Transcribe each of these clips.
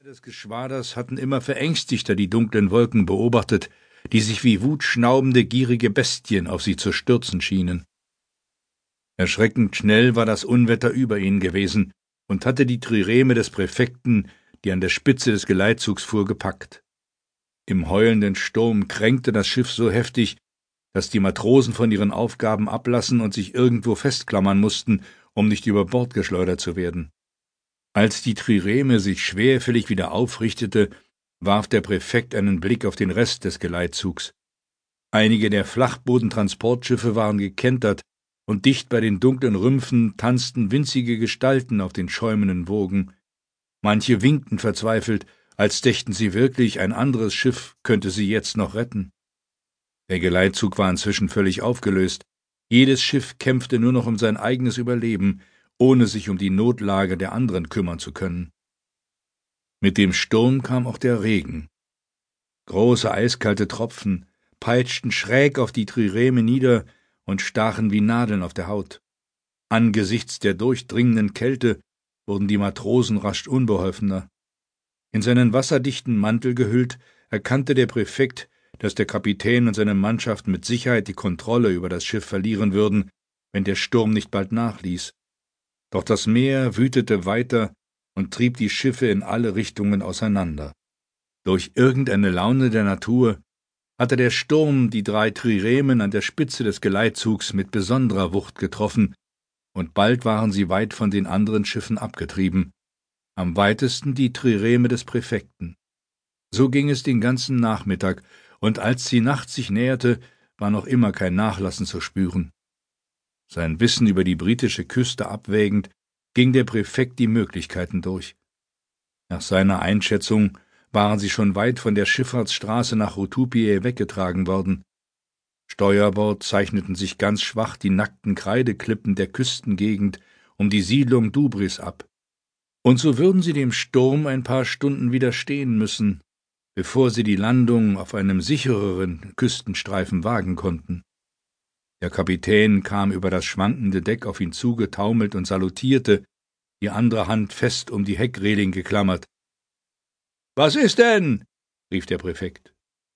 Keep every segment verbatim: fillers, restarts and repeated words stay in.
des Geschwaders hatten immer verängstigter die dunklen Wolken beobachtet, die sich wie wutschnaubende, gierige Bestien auf sie zu stürzen schienen. Erschreckend schnell war das Unwetter über ihnen gewesen und hatte die Trireme des Präfekten, die an der Spitze des Geleitzugs fuhr, gepackt. Im heulenden Sturm kränkte das Schiff so heftig, dass die Matrosen von ihren Aufgaben ablassen und sich irgendwo festklammern mussten, um nicht über Bord geschleudert zu werden. Als die Trireme sich schwerfällig wieder aufrichtete, warf der Präfekt einen Blick auf den Rest des Geleitzugs. Einige der Flachbodentransportschiffe waren gekentert, und dicht bei den dunklen Rümpfen tanzten winzige Gestalten auf den schäumenden Wogen. Manche winkten verzweifelt, als dächten sie wirklich, ein anderes Schiff könnte sie jetzt noch retten. Der Geleitzug war inzwischen völlig aufgelöst. Jedes Schiff kämpfte nur noch um sein eigenes Überleben, ohne sich um die Notlage der anderen kümmern zu können. Mit dem Sturm kam auch der Regen. Große eiskalte Tropfen peitschten schräg auf die Trireme nieder und stachen wie Nadeln auf der Haut. Angesichts der durchdringenden Kälte wurden die Matrosen rasch unbeholfener. In seinen wasserdichten Mantel gehüllt, erkannte der Präfekt, dass der Kapitän und seine Mannschaft mit Sicherheit die Kontrolle über das Schiff verlieren würden, wenn der Sturm nicht bald nachließ. Doch das Meer wütete weiter und trieb die Schiffe in alle Richtungen auseinander. Durch irgendeine Laune der Natur hatte der Sturm die drei Triremen an der Spitze des Geleitzugs mit besonderer Wucht getroffen, und bald waren sie weit von den anderen Schiffen abgetrieben, am weitesten die Trireme des Präfekten. So ging es den ganzen Nachmittag, und als die Nacht sich näherte, war noch immer kein Nachlassen zu spüren. Sein Wissen über die britische Küste abwägend, ging der Präfekt die Möglichkeiten durch. Nach seiner Einschätzung waren sie schon weit von der Schifffahrtsstraße nach Rutupiae weggetragen worden. Steuerbord zeichneten sich ganz schwach die nackten Kreideklippen der Küstengegend um die Siedlung Dubris ab. Und so würden sie dem Sturm ein paar Stunden widerstehen müssen, bevor sie die Landung auf einem sichereren Küstenstreifen wagen konnten. Der Kapitän kam über das schwankende Deck auf ihn zugetaumelt und salutierte, die andere Hand fest um die Heckreling geklammert. »Was ist denn?« rief der Präfekt.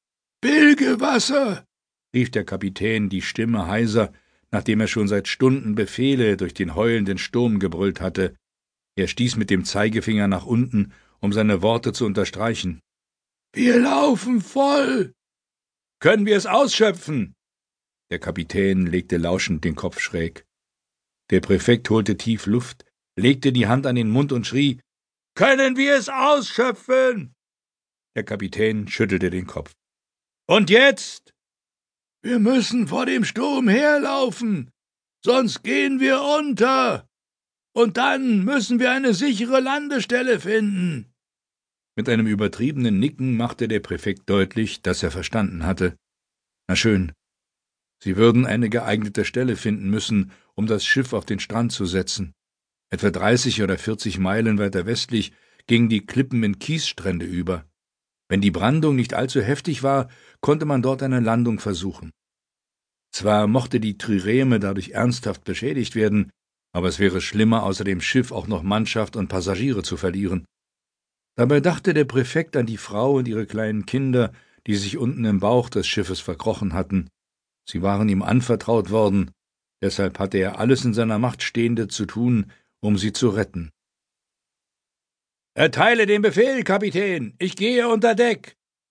»Bilgewasser«, rief der Kapitän, die Stimme heiser, nachdem er schon seit Stunden Befehle durch den heulenden Sturm gebrüllt hatte. Er stieß mit dem Zeigefinger nach unten, um seine Worte zu unterstreichen. »Wir laufen voll!« »Können wir es ausschöpfen?« Der Kapitän legte lauschend den Kopf schräg. Der Präfekt holte tief Luft, legte die Hand an den Mund und schrie, »Können wir es ausschöpfen?« Der Kapitän schüttelte den Kopf. »Und jetzt?« »Wir müssen vor dem Sturm herlaufen, sonst gehen wir unter. Und dann müssen wir eine sichere Landestelle finden.« Mit einem übertriebenen Nicken machte der Präfekt deutlich, dass er verstanden hatte. »Na schön. Sie würden eine geeignete Stelle finden müssen, um das Schiff auf den Strand zu setzen. Etwa dreißig oder vierzig Meilen weiter westlich gingen die Klippen in Kiesstrände über. Wenn die Brandung nicht allzu heftig war, konnte man dort eine Landung versuchen. Zwar mochte die Trireme dadurch ernsthaft beschädigt werden, aber es wäre schlimmer, außer dem Schiff auch noch Mannschaft und Passagiere zu verlieren. Dabei dachte der Präfekt an die Frau und ihre kleinen Kinder, die sich unten im Bauch des Schiffes verkrochen hatten. Sie waren ihm anvertraut worden, deshalb hatte er alles in seiner Macht Stehende zu tun, um sie zu retten. »Erteile den Befehl, Kapitän! Ich gehe unter Deck!«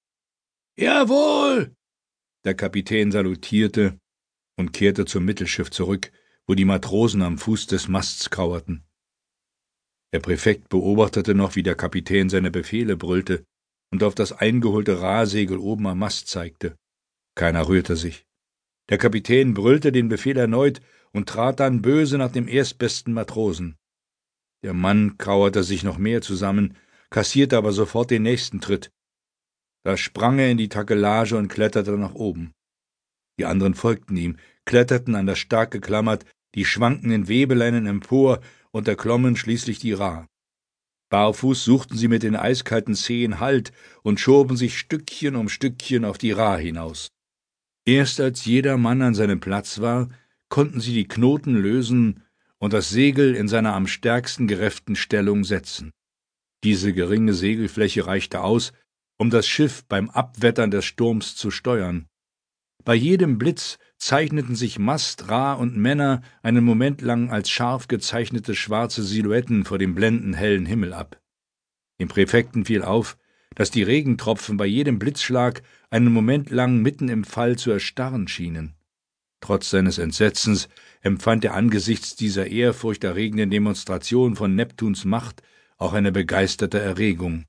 »Jawohl!« Der Kapitän salutierte und kehrte zum Mittelschiff zurück, wo die Matrosen am Fuß des Masts kauerten. Der Präfekt beobachtete noch, wie der Kapitän seine Befehle brüllte und auf das eingeholte Rahsegel oben am Mast zeigte. Keiner rührte sich. Der Kapitän brüllte den Befehl erneut und trat dann böse nach dem erstbesten Matrosen. Der Mann kauerte sich noch mehr zusammen, kassierte aber sofort den nächsten Tritt. Da sprang er in die Takelage und kletterte nach oben. Die anderen folgten ihm, kletterten an das stark geklammert, die schwankenden Webeleinen empor und erklommen schließlich die Rah. Barfuß suchten sie mit den eiskalten Zehen Halt und schoben sich Stückchen um Stückchen auf die Rah hinaus. Erst als jeder Mann an seinem Platz war, konnten sie die Knoten lösen und das Segel in seiner am stärksten gerefften Stellung setzen. Diese geringe Segelfläche reichte aus, um das Schiff beim Abwettern des Sturms zu steuern. Bei jedem Blitz zeichneten sich Mast, Ra und Männer einen Moment lang als scharf gezeichnete schwarze Silhouetten vor dem blendend hellen Himmel ab. Dem Präfekten fiel auf, dass die Regentropfen bei jedem Blitzschlag einen Moment lang mitten im Fall zu erstarren schienen. Trotz seines Entsetzens empfand er angesichts dieser ehrfurchterregenden Demonstration von Neptuns Macht auch eine begeisterte Erregung.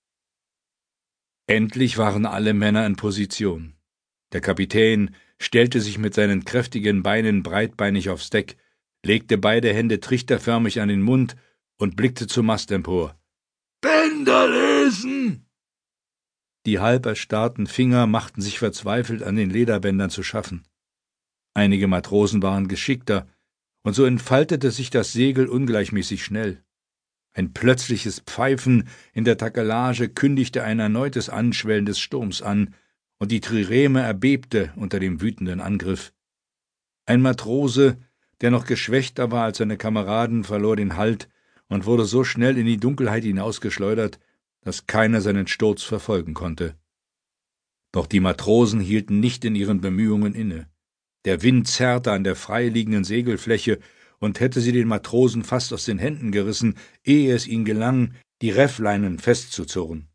Endlich waren alle Männer in Position. Der Kapitän stellte sich mit seinen kräftigen Beinen breitbeinig aufs Deck, legte beide Hände trichterförmig an den Mund und blickte zum Mast empor. »Bänder lesen!« Die halb erstarrten Finger machten sich verzweifelt an den Lederbändern zu schaffen. Einige Matrosen waren geschickter, und so entfaltete sich das Segel ungleichmäßig schnell. Ein plötzliches Pfeifen in der Takelage kündigte ein erneutes Anschwellen des Sturms an, und die Trireme erbebte unter dem wütenden Angriff. Ein Matrose, der noch geschwächter war als seine Kameraden, verlor den Halt und wurde so schnell in die Dunkelheit hinausgeschleudert, dass keiner seinen Sturz verfolgen konnte. Doch die Matrosen hielten nicht in ihren Bemühungen inne. Der Wind zerrte an der freiliegenden Segelfläche und hätte sie den Matrosen fast aus den Händen gerissen, ehe es ihnen gelang, die Reffleinen festzuzurren.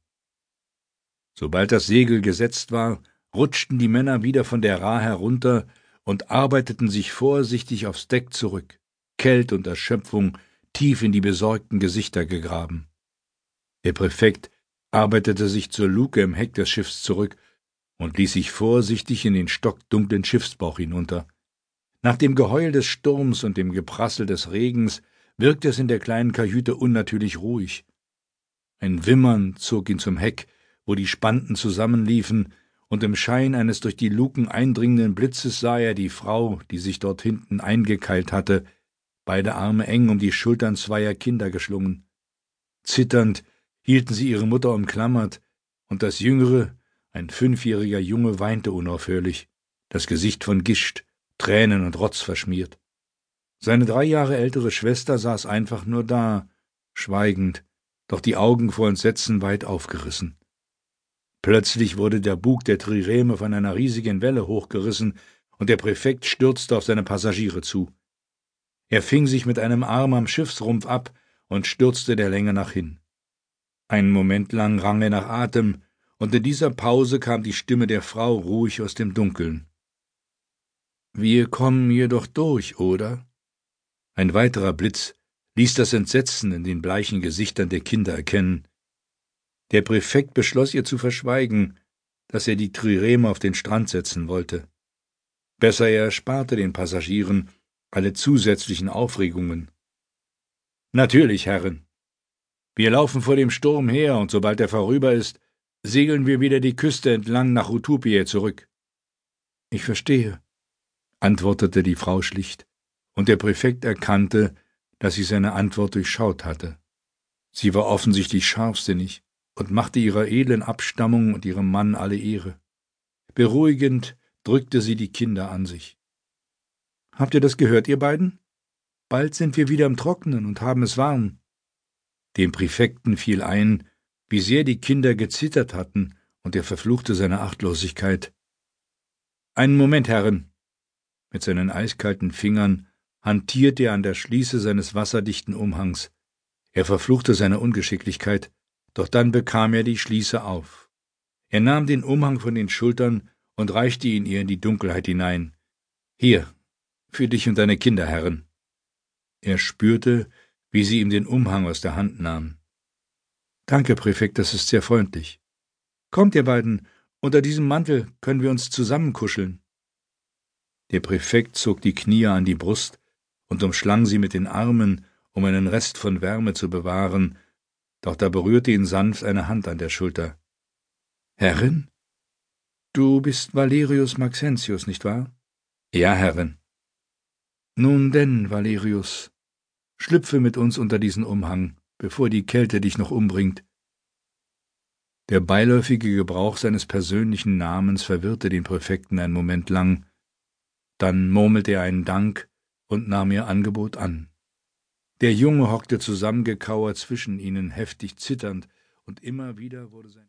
Sobald das Segel gesetzt war, rutschten die Männer wieder von der Ra herunter und arbeiteten sich vorsichtig aufs Deck zurück, Kälte und Erschöpfung tief in die besorgten Gesichter gegraben. Der Präfekt arbeitete sich zur Luke im Heck des Schiffs zurück und ließ sich vorsichtig in den stockdunklen Schiffsbauch hinunter. Nach dem Geheul des Sturms und dem Geprassel des Regens wirkte es in der kleinen Kajüte unnatürlich ruhig. Ein Wimmern zog ihn zum Heck, wo die Spanten zusammenliefen, und im Schein eines durch die Luken eindringenden Blitzes sah er die Frau, die sich dort hinten eingekeilt hatte, beide Arme eng um die Schultern zweier Kinder geschlungen. Zitternd hielten sie ihre Mutter umklammert, und das Jüngere, ein fünfjähriger Junge, weinte unaufhörlich, das Gesicht von Gischt, Tränen und Rotz verschmiert. Seine drei Jahre ältere Schwester saß einfach nur da, schweigend, doch die Augen vor Entsetzen weit aufgerissen. Plötzlich wurde der Bug der Trireme von einer riesigen Welle hochgerissen, und der Präfekt stürzte auf seine Passagiere zu. Er fing sich mit einem Arm am Schiffsrumpf ab und stürzte der Länge nach hin. Einen Moment lang rang er nach Atem, und in dieser Pause kam die Stimme der Frau ruhig aus dem Dunkeln. »Wir kommen jedoch durch, oder?« Ein weiterer Blitz ließ das Entsetzen in den bleichen Gesichtern der Kinder erkennen. Der Präfekt beschloss ihr zu verschweigen, dass er die Trireme auf den Strand setzen wollte. Besser er ersparte den Passagieren alle zusätzlichen Aufregungen. »Natürlich, Herrin. Wir laufen vor dem Sturm her, und sobald er vorüber ist, segeln wir wieder die Küste entlang nach Utopia zurück.« »Ich verstehe«, antwortete die Frau schlicht, und der Präfekt erkannte, dass sie seine Antwort durchschaut hatte. Sie war offensichtlich scharfsinnig und machte ihrer edlen Abstammung und ihrem Mann alle Ehre. Beruhigend drückte sie die Kinder an sich. »Habt ihr das gehört, ihr beiden? Bald sind wir wieder im Trockenen und haben es warm.« Dem Präfekten fiel ein, wie sehr die Kinder gezittert hatten, und er verfluchte seine Achtlosigkeit. »Einen Moment, Herrin!« Mit seinen eiskalten Fingern hantierte er an der Schließe seines wasserdichten Umhangs. Er verfluchte seine Ungeschicklichkeit, doch dann bekam er die Schließe auf. Er nahm den Umhang von den Schultern und reichte ihn ihr in die Dunkelheit hinein. »Hier, für dich und deine Kinder, Herrin.« Er spürte, wie sie ihm den Umhang aus der Hand nahm. »Danke, Präfekt, das ist sehr freundlich. Kommt, ihr beiden, unter diesem Mantel können wir uns zusammenkuscheln.« Der Präfekt zog die Knie an die Brust und umschlang sie mit den Armen, um einen Rest von Wärme zu bewahren, doch da berührte ihn sanft eine Hand an der Schulter. »Herrin? Du bist Valerius Maxentius, nicht wahr?« »Ja, Herrin.« »Nun denn, Valerius, schlüpfe mit uns unter diesen Umhang, bevor die Kälte dich noch umbringt.« Der beiläufige Gebrauch seines persönlichen Namens verwirrte den Präfekten einen Moment lang. Dann murmelte er einen Dank und nahm ihr Angebot an. Der Junge hockte zusammengekauert zwischen ihnen, heftig zitternd und immer wieder wurde sein